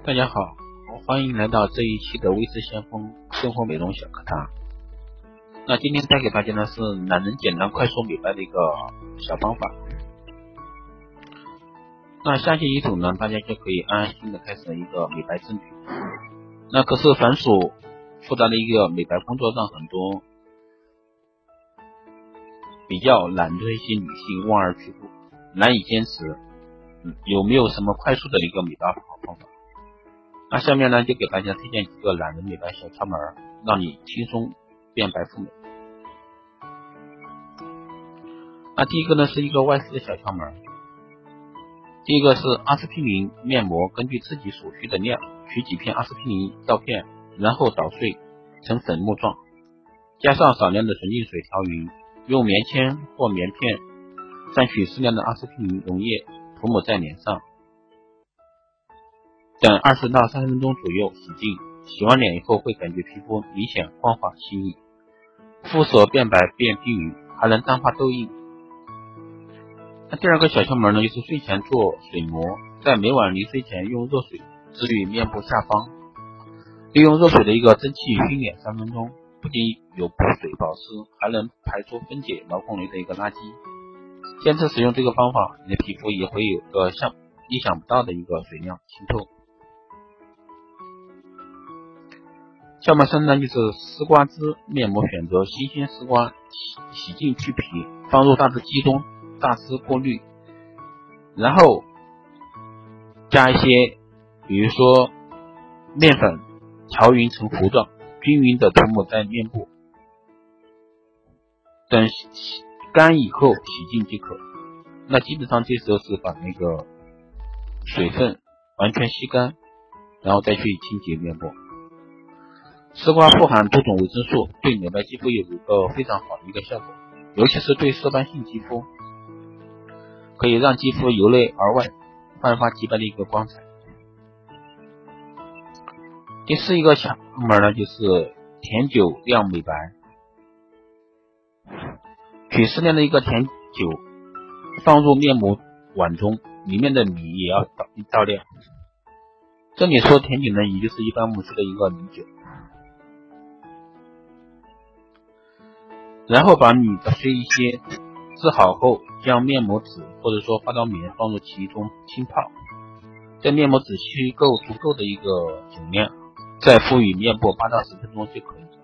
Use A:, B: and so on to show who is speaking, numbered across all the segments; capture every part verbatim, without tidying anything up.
A: 大家好，欢迎来到这一期的微知先锋生活美容小课堂。那今天带给大家的是懒人简单快速美白的一个小方法。那相信一组呢，大家就可以安安心心的开始一个美白之旅。那可是繁琐复杂的一个美白工作，让很多比较懒惰的一些女性望而却步，难以坚持。嗯、有没有什么快速的一个美白好方法？那下面呢，就给大家推荐几个懒人美白小窍门，让你轻松变白富美。那第一个呢，是一个外敷的小窍门。第一个是阿司匹林面膜，根据自己所需的量，取几片阿司匹林药片，然后捣碎成粉末状，加上少量的纯净水调匀，用棉签或棉片蘸取适量的阿司匹林溶液，涂抹在脸上。等二十到三十分钟左右洗净，洗完脸以后会感觉皮肤明显光滑细腻，肤色变白变均匀，还能淡化痘印。那第二个小窍门呢，就是睡前做水膜，在每晚临睡前用热水滋润面部下方，利用热水的一个蒸汽熏脸三分钟，不仅有补水保湿，还能排出分解毛孔内的一个垃圾。坚持使用这个方法，你的皮肤也会有个像意想不到的一个水亮清透。窍门三呢，就是丝瓜汁面膜，选择新鲜丝瓜，洗洗净去皮，放入大汁机中大湿过滤，然后加一些比如说面粉调匀成糊状，均匀的涂抹在面部，等干以后洗净即可。那基本上这时候是把那个水分完全吸干，然后再去清洁面部。丝瓜富含多种维生素，对美白肌肤有一个非常好的一个效果，尤其是对色斑性肌肤，可以让肌肤由内而外焕发极白的一个光彩。第四一个窍门呢，就是甜酒亮美白。取适量的一个甜酒放入面膜碗中，里面的米也要倒倒量。这里说甜酒呢，也就是一般我们说的一个米酒。然后把米的碎一些，治好后将面膜纸或者说化妆棉放入其中浸泡，在面膜纸吸够足够的一个酒量，再敷于面部八到十分钟就可以。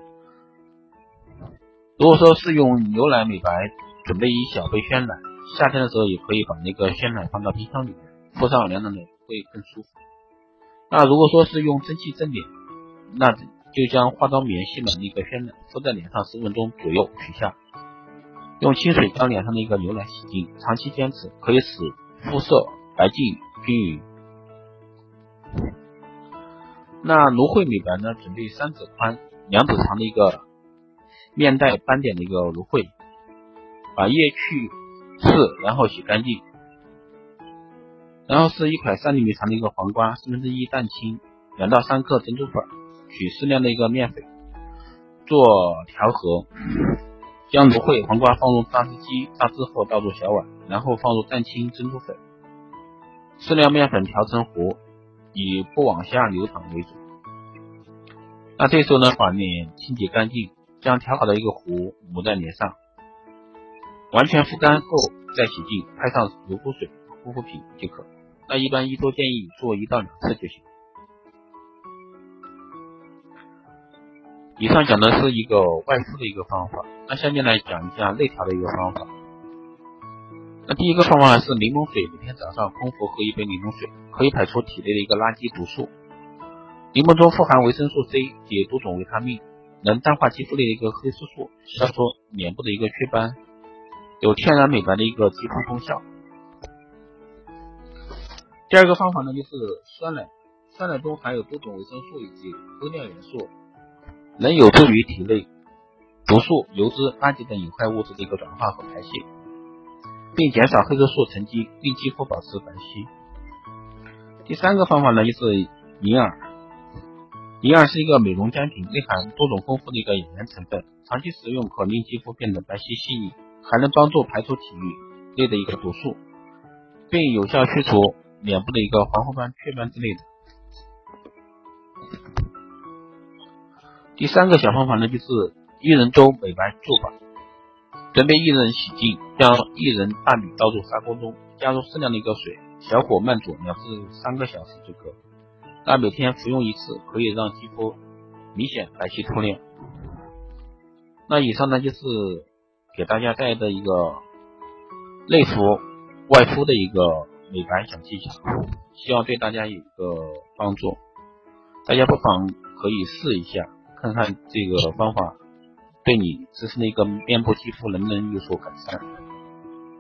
A: 如果说是用牛奶美白，准备一小杯鲜奶，夏天的时候也可以把那个鲜奶放到冰箱里面，敷上凉的脸会更舒服。那如果说是用蒸汽蒸脸，那就将化妆棉吸满那个鲜奶敷在脸上十分钟左右取下，用清水将脸上的一个牛奶洗净，长期坚持可以使肤色白净均匀。那芦荟美白呢，准备三指宽两指长的一个面带斑点的一个芦荟，把叶去刺，然后洗干净。然后是一块三厘米长的一个黄瓜，四分之一蛋清，两到三克珍珠粉，取适量的一个面粉做调和，将芦荟、黄瓜放入榨汁机，榨汁后倒入小碗，然后放入蛋清、珍珠粉，适量面粉调成糊，以不往下流淌为主。那这时候呢，把脸清洁干净，将调好的一个糊抹在脸上，完全敷干后再洗净，拍上柔肤水护肤品即可。那一般一周建议做一到两次就行。以上讲的是一个外敷的一个方法，那下面来讲一下内调的一个方法。那第一个方法是柠檬水，每天早上空腹喝一杯柠檬水，可以排出体内的一个垃圾毒素。柠檬中富含维生素 C 及多种维他命，能淡化肌肤内的一个黑色素，消除脸部的一个雀斑，有天然美白的一个肌肤功效。第二个方法呢，就是酸奶。酸奶中含有多种维生素以及微量元素，能有助于体内毒素、油脂、垃圾等有害物质的一个转化和排泄，并减少黑色素沉积，令肌肤保持白皙。第三个方法呢，就是银耳。银耳是一个美容佳品，内含多种丰富的一个养颜成分，长期食用可令肌肤变得白皙细腻，还能帮助排出体内的一个毒素，并有效去除脸部的一个黄褐斑、雀斑之类的。 第三个小方法呢，就是薏仁粥美白做法。准备薏仁洗净，将薏仁大米倒入砂锅中，加入适量的一个水，小火慢煮两至三个小时即可。那每天服用一次，可以让肌肤明显白皙脱亮。那以上呢就是给大家带来的一个内服外敷的一个美白小技巧，希望对大家有一个帮助。大家不妨可以试一下，看看这个方法对你自身的一个面部肌肤能不能有所改善。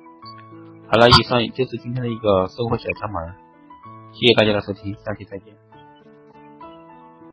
A: 好了，以上就是今天的一个生活小窍门，谢谢大家的收听，下期再见。